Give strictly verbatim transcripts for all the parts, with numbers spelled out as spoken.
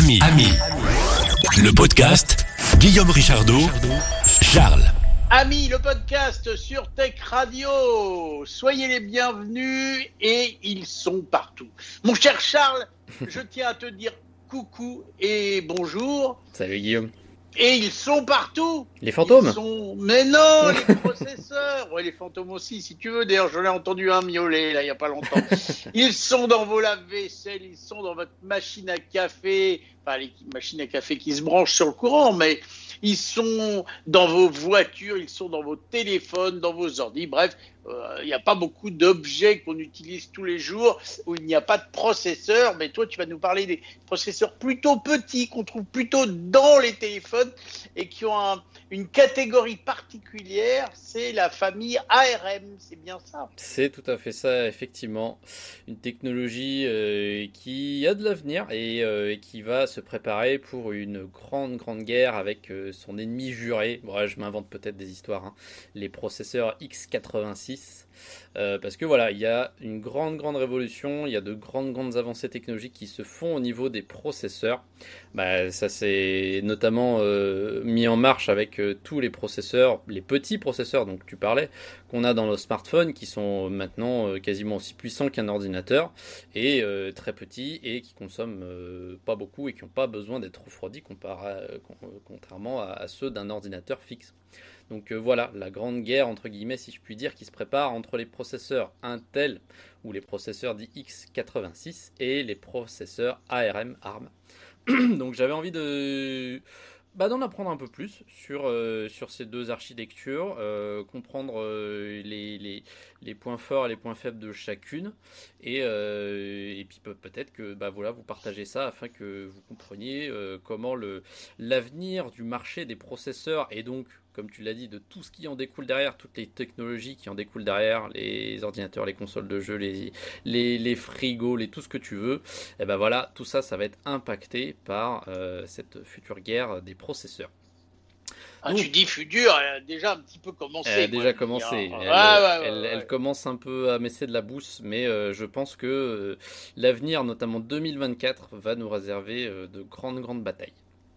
Ami, Ami, le podcast Guillaume Richardot, Charles. Ami, le podcast sur Tech Radio. Soyez les bienvenus et ils sont partout. Mon cher Charles, je tiens à te dire coucou et bonjour. Salut Guillaume. Et ils sont partout. Les fantômes. Ils sont... Mais non, les processeurs. Ouais, les fantômes aussi, si tu veux. D'ailleurs, j'en ai entendu un miauler, là, il n'y a pas longtemps. Ils sont dans vos lave-vaisselle, ils sont dans votre machine à café. Enfin, les machines à café qui se branchent sur le courant, mais ils sont dans vos voitures, ils sont dans vos téléphones, dans vos ordi. Bref, il n'y a pas beaucoup d'objets qu'on utilise tous les jours où il n'y a pas de processeur. Mais toi, tu vas nous parler des processeurs plutôt petits qu'on trouve plutôt dans les téléphones et qui ont un, une catégorie particulière. C'est la famille A R M. C'est bien ça? C'est tout à fait ça, effectivement. Une technologie euh, qui a de l'avenir et, euh, et qui va se préparer pour une grande, grande guerre avec euh, son ennemi juré. Bon, je m'invente peut-être des histoires. Hein. Les processeurs X quatre-vingt-six. Euh, parce que voilà, il y a une grande grande révolution, il y a de grandes grandes avancées technologiques qui se font au niveau des processeurs. Bah, ça s'est notamment euh, mis en marche avec euh, tous les processeurs, les petits processeurs dont tu parlais, qu'on a dans nos smartphones, qui sont maintenant euh, quasiment aussi puissants qu'un ordinateur, et euh, très petits, et qui consomment euh, pas beaucoup, et qui n'ont pas besoin d'être refroidis comparé, euh, contrairement à, à ceux d'un ordinateur fixe. Donc euh, voilà, la grande guerre, entre guillemets, si je puis dire, qui se prépare entre les processeurs Intel, ou les processeurs dits X quatre-vingt-six, et les processeurs A R M, A R M. Donc j'avais envie de... Bah, d'en apprendre un peu plus sur, euh, sur ces deux architectures, euh, comprendre euh, les, les, les points forts et les points faibles de chacune, et, euh, et puis peut-être que bah, voilà, vous partagez ça afin que vous compreniez euh, comment le, l'avenir du marché des processeurs, et donc, comme tu l'as dit, de tout ce qui en découle derrière, toutes les technologies qui en découlent derrière, les ordinateurs, les consoles de jeux, les, les, les frigos, les, tout ce que tu veux, et ben voilà, tout ça, ça va être impacté par euh, cette future guerre des processeurs. Ah, donc, tu dis futur, elle a déjà un petit peu commencé. Elle a déjà commencé. Elle, ouais, elle, ouais, ouais, elle, ouais. elle commence un peu à messer de la bouse, mais euh, je pense que euh, l'avenir, notamment deux mille vingt-quatre, va nous réserver euh, de grandes, grandes batailles.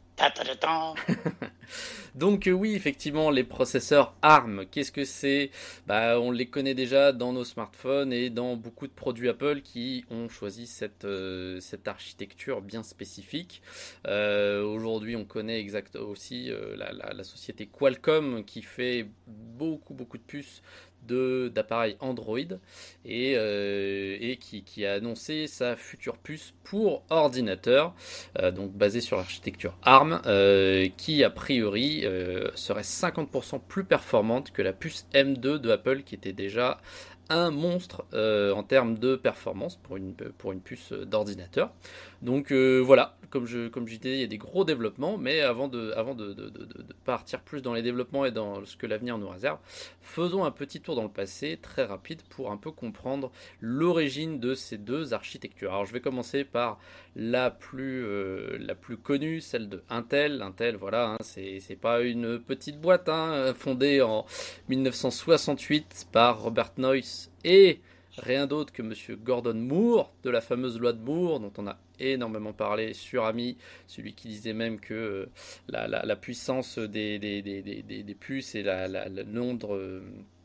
Donc euh, oui, effectivement, les processeurs A R M, qu'est-ce que c'est? Bah, on les connaît déjà dans nos smartphones et dans beaucoup de produits Apple qui ont choisi cette, euh, cette architecture bien spécifique. Euh, aujourd'hui, on connaît exact aussi euh, la, la, la société Qualcomm qui fait beaucoup, beaucoup de puces de, d'appareils Android et, euh, et qui, qui a annoncé sa future puce pour ordinateur, euh, donc basée sur l'architecture A R M, euh, qui a priori euh, serait cinquante pour cent plus performante que la puce M deux de Apple, qui était déjà un monstre euh, en termes de performance pour une, pour une puce d'ordinateur. Donc euh, voilà, comme je, comme je disais, il y a des gros développements, mais avant de, avant de, de, de, de partir plus dans les développements et dans ce que l'avenir nous réserve, faisons un petit tour dans le passé, très rapide, pour un peu comprendre l'origine de ces deux architectures. Alors je vais commencer par la plus, euh, la plus connue, celle de Intel. Intel, voilà, hein, c'est, c'est pas une petite boîte, hein, fondée en dix-neuf cent soixante-huit par Robert Noyce et rien d'autre que monsieur Gordon Moore, de la fameuse loi de Moore, dont on a énormément parlé sur Ami, celui qui disait même que euh, la, la, la puissance des, des, des, des, des puces et la, la, le nombre euh,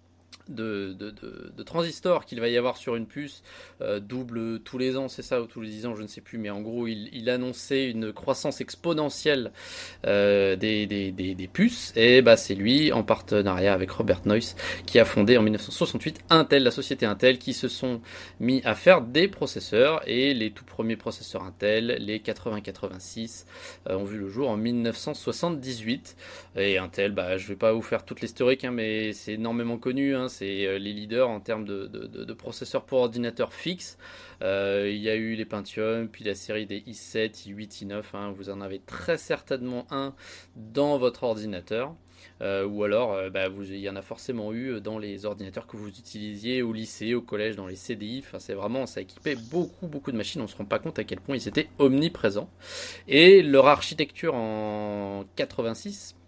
de, de, de, de transistors qu'il va y avoir sur une puce euh, double tous les ans, c'est ça, ou tous les dix ans, je ne sais plus, mais en gros il, il annonçait une croissance exponentielle euh, des, des, des, des puces, et bah c'est lui, en partenariat avec Robert Noyce, qui a fondé en dix-neuf cent soixante-huit Intel, la société Intel, qui se sont mis à faire des processeurs, et les tout premiers processeurs Intel, les quatre-vingts quatre-vingt-six, euh, ont vu le jour en dix-neuf cent soixante-dix-huit, et Intel, bah je vais pas vous faire toute l'historique, hein, mais c'est énormément connu, hein, c'est les leaders en termes de, de, de, de processeurs pour ordinateur fixe. Euh, il y a eu les Pentium, puis la série des i sept, i huit, i neuf, hein, vous en avez très certainement un dans votre ordinateur. Euh, ou alors, euh, bah, vous, il y en a forcément eu dans les ordinateurs que vous utilisiez au lycée, au collège, dans les C D I. Enfin, c'est vraiment, ça équipait beaucoup, beaucoup de machines. On se rend pas compte à quel point ils étaient omniprésents. Et leur architecture en quatre-vingt-six,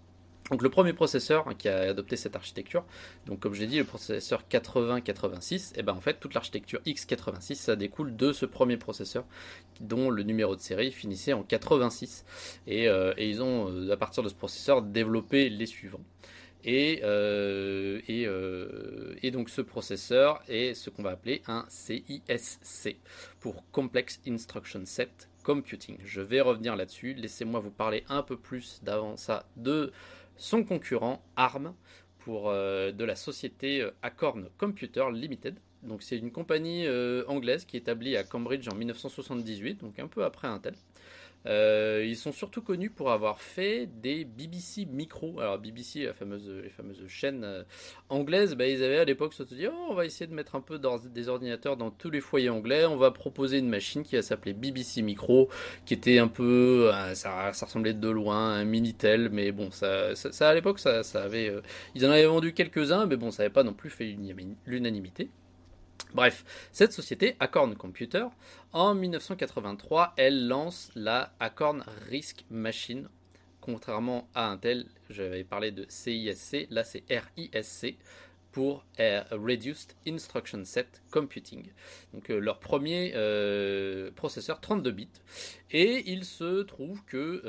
Donc le premier processeur hein, qui a adopté cette architecture, donc comme je l'ai dit, le processeur quatre-vingts quatre-vingt-six, et ben en fait toute l'architecture x quatre-vingt-six, ça découle de ce premier processeur dont le numéro de série finissait en quatre-vingt-six. Et, euh, et ils ont, euh, à partir de ce processeur, développé les suivants. Et, euh, et, euh, et donc ce processeur est ce qu'on va appeler un C I S C, pour Complex Instruction Set Computing. Je vais revenir là-dessus, laissez-moi vous parler un peu plus d'avant ça de son concurrent ARM, pour, euh, de la société Acorn Computer Limited. Donc c'est une compagnie euh, anglaise qui est établie à Cambridge en dix-neuf cent soixante-dix-huit, donc un peu après Intel. Euh, ils sont surtout connus pour avoir fait des B B C Micro. Alors B B C, la fameuse, les fameuses chaînes euh, anglaises, bah, ils avaient à l'époque se dit, oh, on va essayer de mettre un peu des ordinateurs dans tous les foyers anglais. On va proposer une machine qui va s'appeler B B C Micro, qui était un peu, euh, ça, ça ressemblait de loin à un Minitel, mais bon, ça, ça, ça à l'époque, ça, ça avait, euh, ils en avaient vendu quelques-uns, mais bon, ça n'avait pas non plus fait l'unanimité. Bref, cette société, Acorn Computer, en dix-neuf cent quatre-vingt-trois, elle lance la Acorn RISC Machine. Contrairement à Intel, j'avais parlé de C I S C, là c'est R I S C, pour Reduced Instruction Set Computing. Donc euh, leur premier euh, processeur trente-deux bits. Et il se trouve que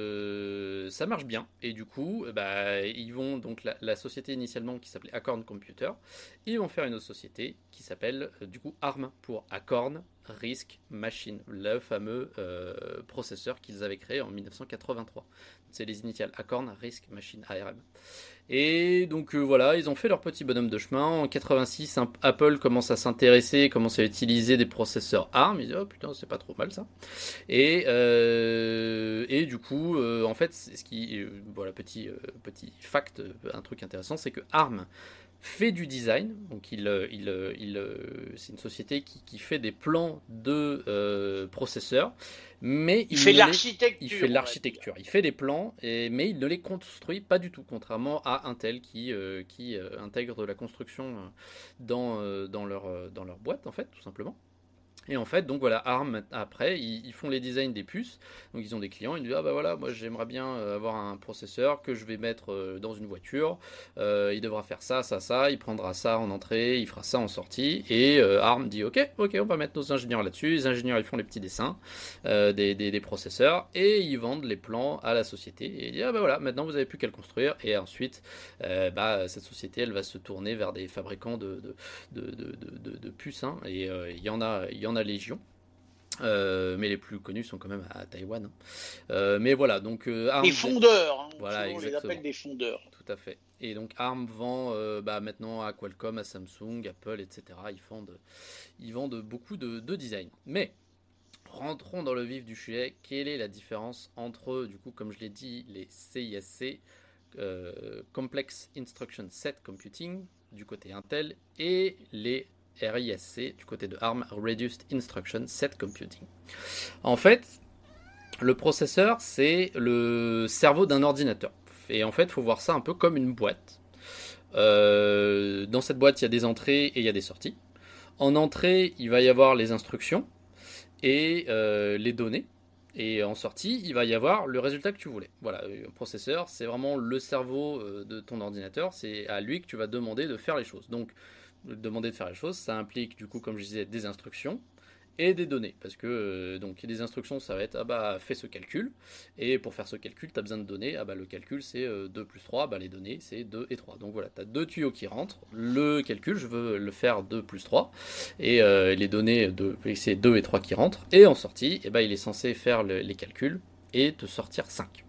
euh, ça marche bien. Et du coup, bah, ils vont donc la, la société initialement qui s'appelait Acorn Computer, ils vont faire une autre société qui s'appelle euh, du coup ARM pour Acorn RISC Machine, le fameux euh, processeur qu'ils avaient créé en dix-neuf cent quatre-vingt-trois. C'est les initiales Acorn RISC Machine A R M. Et donc euh, voilà, ils ont fait leur petit bonhomme de chemin. En quatre-vingt-six, un, Apple commence à s'intéresser, commence à utiliser des processeurs ARM. Ils disent oh putain, c'est pas trop mal ça. Et, euh, et du coup, euh, en fait, c'est ce qui, euh, voilà, petit, euh, petit fact, un truc intéressant, c'est que ARM fait du design, donc il, il, il, c'est une société qui, qui fait des plans de euh, processeurs, mais il, il fait de l'architecture. Il fait de l'architecture, il fait des plans, et, mais il ne les construit pas du tout, contrairement à Intel qui, euh, qui euh, intègre de la construction dans, euh, dans, leur, dans leur boîte, en fait, tout simplement. Et en fait, donc voilà, ARM, après, ils, ils font les designs des puces. Donc ils ont des clients, ils disent, ah bah voilà, moi j'aimerais bien avoir un processeur que je vais mettre euh, dans une voiture. Euh, il devra faire ça, ça, ça. Il prendra ça en entrée, il fera ça en sortie. Et euh, ARM dit, ok, ok, on va mettre nos ingénieurs là-dessus. Les ingénieurs, ils font les petits dessins euh, des, des, des processeurs et ils vendent les plans à la société. Et ils disent, ah bah voilà, maintenant vous n'avez plus qu'à le construire. Et ensuite, euh, bah, cette société, elle va se tourner vers des fabricants de, de, de, de, de, de, de puces. Hein. Et il euh, y en a, il y en a légion, euh, mais les plus connus sont quand même à, à Taïwan. Hein. Euh, mais voilà, donc euh, ARM, les fondeurs, hein, voilà, on les appelle des fondeurs. Tout à fait. Et donc ARM vend euh, bah, maintenant à Qualcomm, à Samsung, Apple, et cetera. Ils vendent, ils vendent beaucoup de, de design. Mais rentrons dans le vif du sujet. Quelle est la différence entre, du coup, comme je l'ai dit, les C I S C, euh, Complex Instruction Set Computing du côté Intel, et les R I S C du côté de ARM, Reduced Instruction Set Computing. En fait, le processeur, c'est le cerveau d'un ordinateur. Et en fait, il faut voir ça un peu comme une boîte. Euh, dans cette boîte, il y a des entrées et il y a des sorties. En entrée, il va y avoir les instructions et euh, les données. Et en sortie, il va y avoir le résultat que tu voulais. Voilà, le processeur, c'est vraiment le cerveau de ton ordinateur. C'est à lui que tu vas demander de faire les choses. Donc, demander de faire les choses, ça implique du coup, comme je disais, des instructions et des données, parce que euh, donc les instructions, ça va être ah bah fais ce calcul, et pour faire ce calcul, tu as besoin de données. Ah bah le calcul c'est euh, deux plus trois, bah les données c'est deux et trois. Donc voilà, tu as deux tuyaux qui rentrent, le calcul, je veux le faire deux plus trois, et euh, les données, de, c'est deux et trois qui rentrent, et en sortie, et bah il est censé faire le, les calculs et te sortir cinq.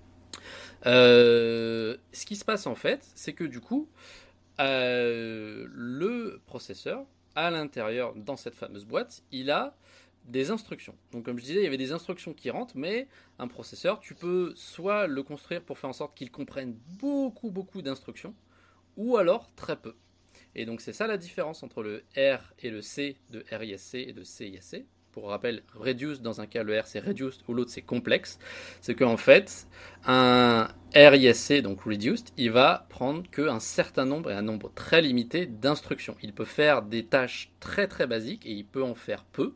Euh, ce qui se passe en fait, c'est que du coup, Euh, le processeur, à l'intérieur, dans cette fameuse boîte, il a des instructions. Donc comme je disais, il y avait des instructions qui rentrent, mais un processeur, tu peux soit le construire pour faire en sorte qu'il comprenne beaucoup, beaucoup d'instructions, ou alors très peu. Et donc c'est ça la différence entre le R et le C de R I S C et de C I S C. Pour rappel, reduced, dans un cas, le R c'est reduced, ou l'autre c'est complexe. C'est qu'en fait, un R I S C, donc reduced, il va prendre qu'un certain nombre, et un nombre très limité d'instructions. Il peut faire des tâches très très basiques, et il peut en faire peu,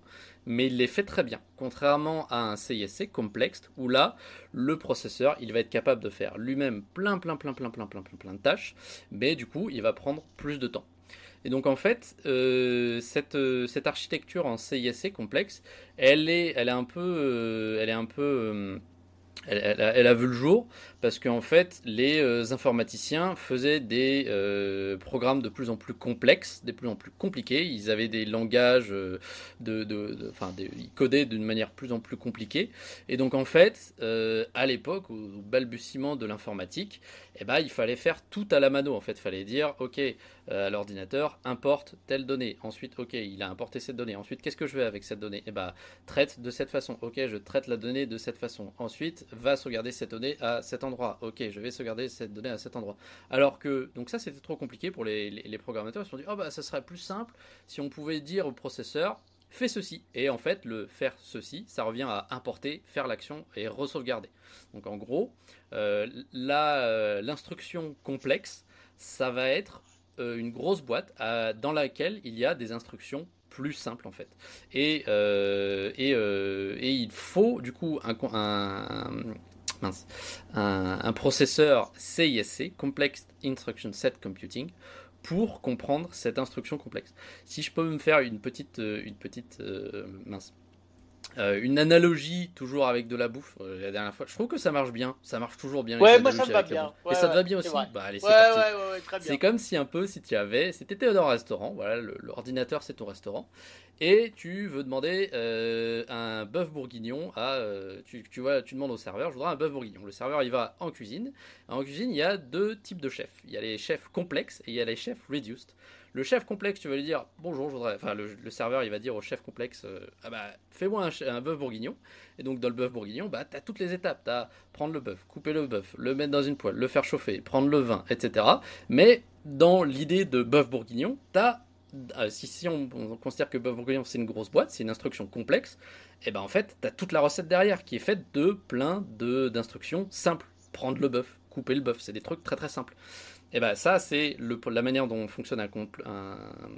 mais il les fait très bien. Contrairement à un C I S C complexe, où là, le processeur, il va être capable de faire lui-même plein, plein, plein, plein, plein, plein, plein, plein de tâches, mais du coup, il va prendre plus de temps. Et donc en fait, euh, cette, euh, cette architecture en C I S C complexe, elle est, elle est un peu, euh, elle est un peu euh, elle, elle a, elle a vu le jour parce qu'en fait, les euh, informaticiens faisaient des euh, programmes de plus en plus complexes, de plus en plus compliqués. Ils avaient des langages, euh, de, de, de, enfin, des- ils codaient d'une manière plus en plus compliquée. Et donc, en fait, euh, à l'époque, au, au balbutiement de l'informatique, eh ben, il fallait faire tout à la mano. En fait, il fallait dire, OK, euh, à l'ordinateur, importe telle donnée. Ensuite, OK, il a importé cette donnée. Ensuite, qu'est-ce que je fais avec cette donnée? Eh ben, traite de cette façon. Ok, je traite la donnée de cette façon. Ensuite, va sauvegarder cette donnée à cet endroit. Ok, je vais sauvegarder cette donnée à cet endroit. Alors que, donc ça c'était trop compliqué pour les, les, les programmateurs. Ils se sont dit, oh bah ça serait plus simple si on pouvait dire au processeur, fais ceci. Et en fait, le faire ceci, ça revient à importer, faire l'action et re-sauvegarder. Donc en gros, euh, la, euh, l'instruction complexe, ça va être euh, une grosse boîte euh, dans laquelle il y a des instructions plus simples en fait. Et, euh, et, euh, et il faut du coup un, un, mince, un, un processeur C I S C, Complex Instruction Set Computing, pour comprendre cette instruction complexe. Si je peux me faire une petite, une petite euh, mince, euh, une analogie toujours avec de la bouffe, euh, la dernière fois, je trouve que ça marche bien, ça marche toujours bien les Ouais, moi ça analogies me va avec la bien. bouffe. Ouais, Et ça te ouais, va bien c'est aussi? vrai. Bah allez, Ouais, c'est parti. ouais, ouais, ouais, très C'est bien. comme si un peu si tu avais, si tu étais dans un restaurant, voilà, le- l'ordinateur c'est ton restaurant, et tu veux demander euh, un bœuf bourguignon à, euh, tu, tu vois, tu demandes au serveur, je voudrais un bœuf bourguignon. Le serveur il va en cuisine. En cuisine il y a deux types de chefs. Il y a les chefs complexes et il y a les chefs reduced. Le chef complexe, tu vas lui dire bonjour, je voudrais, enfin le, le serveur il va dire au chef complexe, euh, ah bah fais-moi un, un bœuf bourguignon. Et donc dans le bœuf bourguignon, bah t'as toutes les étapes, t'as prendre le bœuf, couper le bœuf, le mettre dans une poêle, le faire chauffer, prendre le vin, et cetera. Mais dans l'idée de bœuf bourguignon, t'as euh, si, si on, on considère que bœuf bourguignon c'est une grosse boîte, c'est une instruction complexe, et ben en fait t'as toute la recette derrière qui est faite de plein de d'instructions simples. Prendre le bœuf, couper le bœuf, c'est des trucs très très simples. Et ben ça c'est le, la manière dont fonctionne un, un,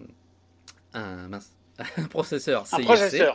un, mince, un processeur Un C I S C. processeur.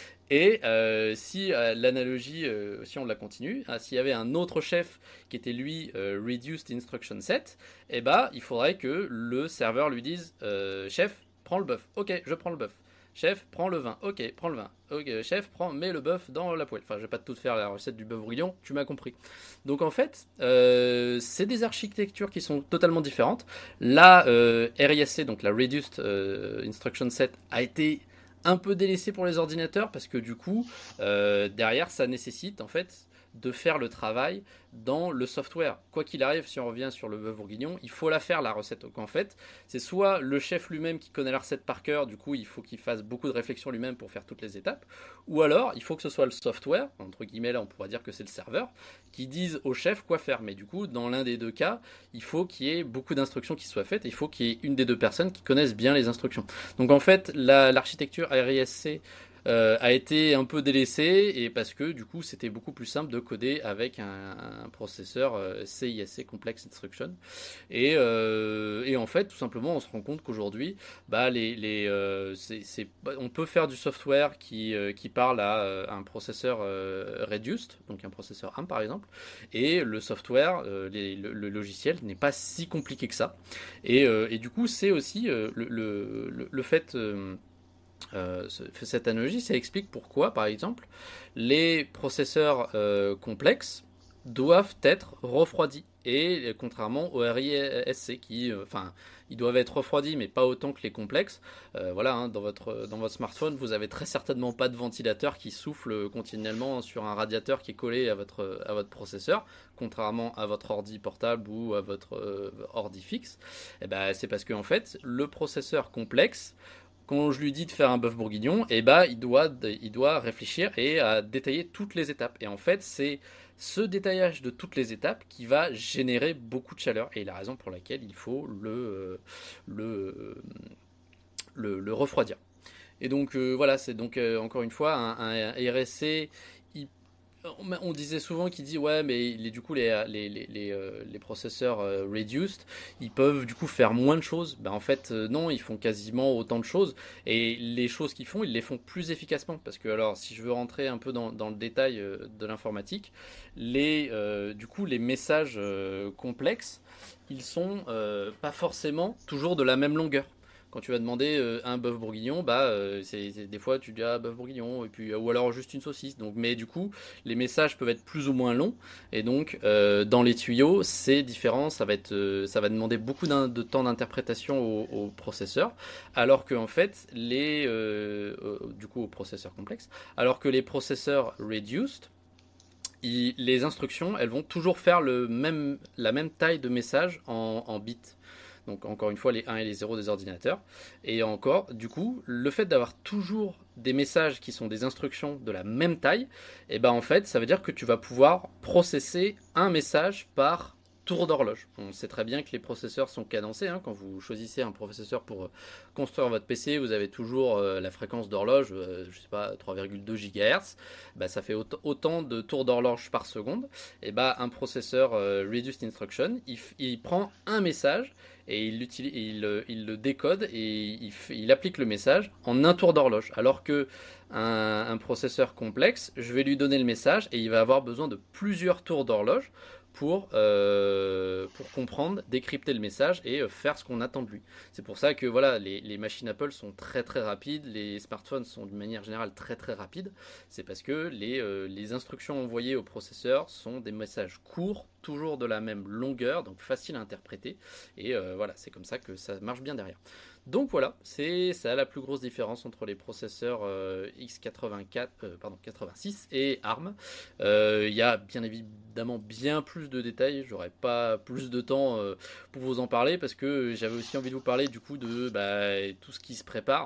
Et euh, si euh, l'analogie, euh, si on la continue, hein, s'il y avait un autre chef qui était lui euh, Reduced Instruction Set, eh ben, il faudrait que le serveur lui dise euh, chef, prends le bœuf. Ok, je prends le bœuf. Chef, prends le vin. Ok, prends le vin. Ok, chef, prends, mets le bœuf dans la poêle. Enfin, je vais pas tout faire la recette du bœuf bourguignon, tu m'as compris. Donc en fait, euh, c'est des architectures qui sont totalement différentes. La euh, R I S C, donc la Reduced euh, Instruction Set, a été un peu délaissé pour les ordinateurs parce que du coup, euh, derrière, ça nécessite en fait de faire le travail dans le software. Quoi qu'il arrive, si on revient sur le bœuf bourguignon, il faut la faire la recette. Donc en fait, c'est soit le chef lui-même qui connaît la recette par cœur, du coup il faut qu'il fasse beaucoup de réflexion lui-même pour faire toutes les étapes, ou alors il faut que ce soit le software, entre guillemets là on pourrait dire que c'est le serveur, qui dise au chef quoi faire. Mais du coup, dans l'un des deux cas, il faut qu'il y ait beaucoup d'instructions qui soient faites, et il faut qu'il y ait une des deux personnes qui connaissent bien les instructions. Donc en fait, la, l'architecture R I S C euh, a été un peu délaissé et parce que du coup c'était beaucoup plus simple de coder avec un, un processeur euh, C I S C Complex Instruction et, euh, et en fait tout simplement on se rend compte qu'aujourd'hui bah, les, les, euh, c'est, c'est, on peut faire du software qui, euh, qui parle à, euh, un processeur euh, reduced, donc un processeur ARM par exemple, et le software, euh, les, le, le logiciel n'est pas si compliqué que ça et, euh, et du coup c'est aussi euh, le, le, le, le fait euh, euh, cette analogie, ça explique pourquoi, par exemple, les processeurs euh, complexes doivent être refroidis. Et euh, contrairement au R I S C, qui, euh, enfin, ils doivent être refroidis, mais pas autant que les complexes. Euh, voilà, hein, dans votre dans votre smartphone, vous avez très certainement pas de ventilateur qui souffle continuellement sur un radiateur qui est collé à votre à votre processeur, contrairement à votre ordi portable ou à votre euh, ordi fixe. Et ben, c'est parce que en fait, le processeur complexe, quand je lui dis de faire un bœuf bourguignon, eh ben, il doit, il doit réfléchir et à détailler toutes les étapes. Et en fait, c'est ce détaillage de toutes les étapes qui va générer beaucoup de chaleur. Et la raison pour laquelle il faut le, le, le, le refroidir. Et donc, euh, voilà, c'est donc, euh, encore une fois, un, un R S C on, on disait souvent qu'il dit ouais mais les, du coup les, les, les, les, euh, les processeurs euh, reduced ils peuvent du coup faire moins de choses. Ben, en fait euh, non, ils font quasiment autant de choses et les choses qu'ils font ils les font plus efficacement parce que alors si je veux rentrer un peu dans, dans le détail euh, de l'informatique, les, euh, du coup les messages euh, complexes ils sont euh, pas forcément toujours de la même longueur. Quand tu vas demander euh, un bœuf bourguignon, bah euh, c'est, c'est des fois tu dis ah bœuf bourguignon et puis ou alors juste une saucisse. Donc mais du coup les messages peuvent être plus ou moins longs et donc euh, dans les tuyaux c'est différent. Ça va être euh, ça va demander beaucoup de temps d'interprétation au, au processeur, alors que en fait les euh, euh, du coup au processeur complexe, alors que les processeurs reduced ils, les instructions elles vont toujours faire le même la même taille de message en, en bits. Donc encore une fois les un et les zéro des ordinateurs. Et encore, du coup, le fait d'avoir toujours des messages qui sont des instructions de la même taille, et ben en fait, ça veut dire que tu vas pouvoir processer un message par tour d'horloge. On sait très bien que les processeurs sont cadencés. Hein. Quand vous choisissez un processeur pour construire votre P C, vous avez toujours euh, la fréquence d'horloge, euh, je sais pas, trois virgule deux gigahertz. Bah, ça fait autant, autant de tours d'horloge par seconde. Et bah, un processeur euh, Reduced Instruction, il, il prend un message et il, il, il le décode et il, il applique le message en un tour d'horloge. Alors que un, un processeur complexe, je vais lui donner le message et il va avoir besoin de plusieurs tours d'horloge pour, euh, pour comprendre, décrypter le message et euh, faire ce qu'on attend de lui. C'est pour ça que voilà, les, les machines Apple sont très très rapides, les smartphones sont d'une manière générale très très rapides. C'est parce que les, euh, les instructions envoyées au processeur sont des messages courts, toujours de la même longueur, donc facile à interpréter. Et euh, voilà, c'est comme ça que ça marche bien derrière. Donc voilà, c'est ça la plus grosse différence entre les processeurs euh, X quatre-vingt-quatre, euh, pardon, quatre-vingt-six et ARM. Il euh, y a bien évidemment bien plus de détails, j'aurais pas plus de temps euh, pour vous en parler parce que j'avais aussi envie de vous parler du coup de bah, tout ce qui se prépare.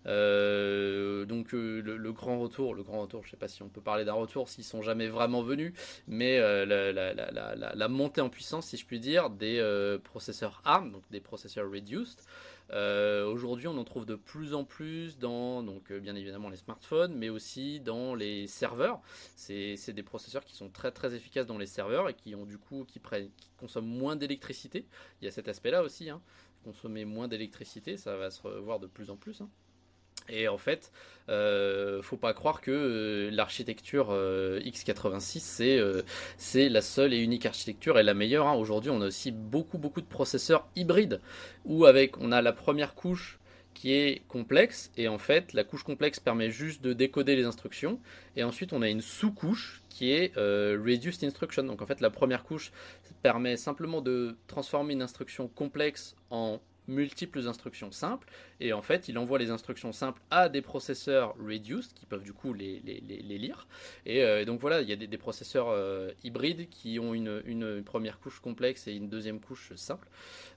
Euh, donc euh, le, le grand retour, le grand retour, je sais pas si on peut parler d'un retour s'ils sont jamais vraiment venus, mais euh, la, la, la, la, la montée en puissance, si je puis dire, des euh, processeurs ARM, donc des processeurs reduced. Euh, aujourd'hui, on en trouve de plus en plus dans, donc euh, bien évidemment les smartphones, mais aussi dans les serveurs. C'est, c'est des processeurs qui sont très très efficaces dans les serveurs et qui ont du coup qui, prennent, qui consomment moins d'électricité. Il y a cet aspect-là aussi, hein. Consommer moins d'électricité, ça va se revoir de plus en plus. Hein. Et en fait, euh, faut pas croire que euh, l'architecture euh, X quatre-vingt-six c'est euh, c'est la seule et unique architecture et la meilleure. Hein. Aujourd'hui, on a aussi beaucoup beaucoup de processeurs hybrides où avec on a la première couche qui est complexe et en fait la couche complexe permet juste de décoder les instructions et ensuite on a une sous-couche qui est euh, Reduced Instruction. Donc en fait la première couche permet simplement de transformer une instruction complexe en multiples instructions simples et en fait il envoie les instructions simples à des processeurs reduced qui peuvent du coup les, les, les, les lire et, euh, et donc voilà il y a des, des processeurs euh, hybrides qui ont une, une, une première couche complexe et une deuxième couche simple.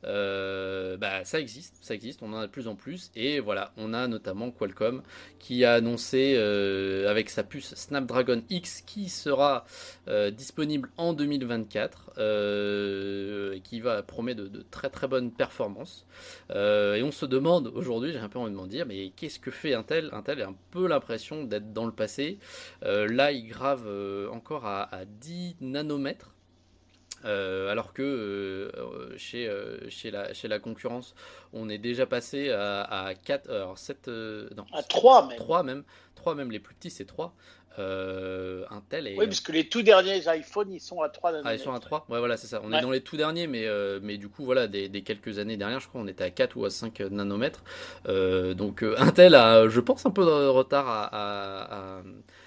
Euh, bah, ça existe ça existe on en a de plus en plus et voilà on a notamment Qualcomm qui a annoncé euh, avec sa puce Snapdragon X qui sera euh, disponible en deux mille vingt-quatre euh, et qui va promettre de, de très très bonnes performances. Euh, et on se demande aujourd'hui, j'ai un peu envie de m'en dire, mais qu'est-ce que fait Intel Intel a un peu l'impression d'être dans le passé. Euh, là, il grave euh, encore à, à dix nanomètres. Euh, alors que euh, chez, euh, chez, la, chez la concurrence, on est déjà passé à, à quatre, alors sept, euh, non, à trois même. trois même. trois même, les plus petits, c'est trois. Euh, Intel est... Oui, parce que les tout derniers iPhones, ils sont à trois nanomètres. Ah, ils sont à trois. Ouais, voilà, c'est ça. On ouais. est dans les tout derniers, mais, euh, mais du coup, voilà, des, des quelques années dernières, je crois, on était à quatre ou à cinq nanomètres. Euh, donc, euh, Intel a, je pense, un peu de retard à, à, à,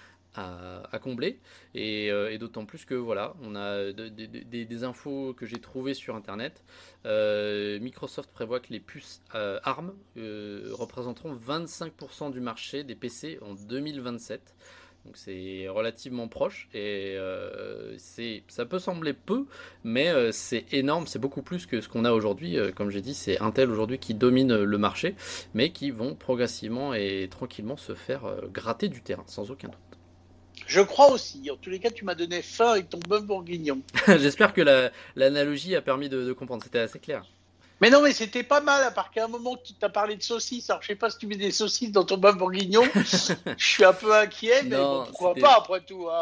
à, à combler. Et, euh, et d'autant plus que, voilà, on a de, de, de, des infos que j'ai trouvées sur Internet. Euh, Microsoft prévoit que les puces euh, ARM euh, représenteront vingt-cinq pour cent du marché des P C en deux mille vingt-sept. Donc c'est relativement proche et euh, c'est, ça peut sembler peu, mais euh, c'est énorme, c'est beaucoup plus que ce qu'on a aujourd'hui. Euh, comme j'ai dit, c'est Intel aujourd'hui qui domine le marché, mais qui vont progressivement et tranquillement se faire euh, gratter du terrain, sans aucun doute. Je crois aussi. En tous les cas, tu m'as donné faim avec ton bœuf bourguignon. J'espère que la, l'analogie a permis de, de comprendre, c'était assez clair. Mais non, mais c'était pas mal, à part qu'à un moment, tu t'as parlé de saucisses. Alors, je sais pas si tu mets des saucisses dans ton bœuf bourguignon. Je suis un peu inquiet, mais non, bon, pourquoi c'était... pas, après tout. Hein.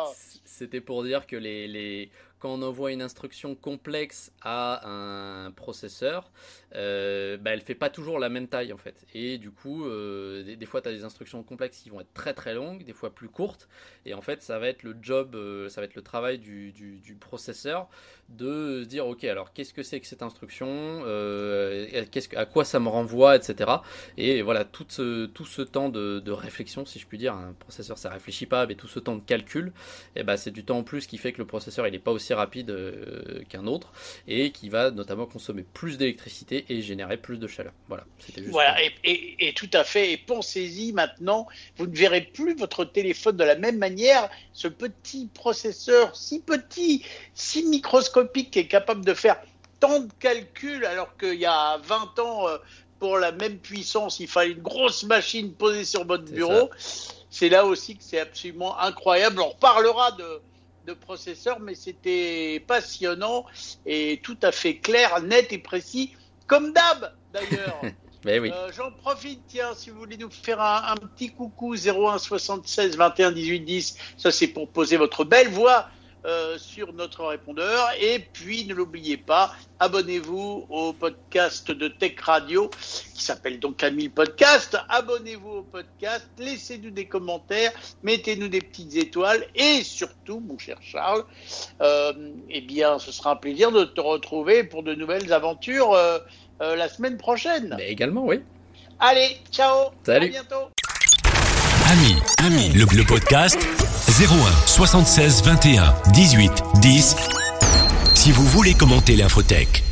C'était pour dire que les, les... quand on envoie une instruction complexe à un processeur, euh, bah, elle ne fait pas toujours la même taille en fait. Et du coup, euh, des, des fois, tu as des instructions complexes qui vont être très très longues, des fois plus courtes. Et en fait, ça va être le job, euh, ça va être le travail du, du, du processeur de se dire, ok, alors qu'est-ce que c'est que cette instruction, euh, qu'est-ce que, à quoi ça me renvoie, et cetera. Et voilà, tout ce, tout ce temps de, de réflexion, si je puis dire, un processeur ça réfléchit pas, mais tout ce temps de calcul, et bah, c'est du temps en plus qui fait que le processeur il n'est pas aussi rapide euh, qu'un autre et qui va notamment consommer plus d'électricité et générer plus de chaleur. Voilà, c'était juste. Voilà, et, et, et tout à fait. Et pensez-y maintenant, vous ne verrez plus votre téléphone de la même manière. Ce petit processeur, si petit, si microscopique, qui est capable de faire tant de calculs, alors qu'il y a vingt ans, euh, pour la même puissance, il fallait une grosse machine posée sur votre C'est bureau. ça. C'est là aussi que c'est absolument incroyable. On reparlera de, de processeurs, mais c'était passionnant et tout à fait clair, net et précis, comme d'hab d'ailleurs. Ben oui. Euh, j'en profite, tiens, si vous voulez nous faire un, un petit coucou, zéro un soixante-seize vingt et un dix-huit dix, ça c'est pour poser votre belle voix euh, sur notre répondeur. Et puis ne l'oubliez pas, abonnez-vous au podcast de Tech Radio qui s'appelle donc Camille Podcast. Abonnez-vous au podcast, laissez-nous des commentaires, mettez-nous des petites étoiles et surtout, mon cher Charles, euh, eh bien, ce sera un plaisir de te retrouver pour de nouvelles aventures euh, euh, la semaine prochaine. Mais également, oui. Allez, ciao. Salut. À bientôt. Ami, Ami, le, le podcast zéro un soixante-seize vingt et un dix-huit dix. Si vous voulez commenter l'infotech.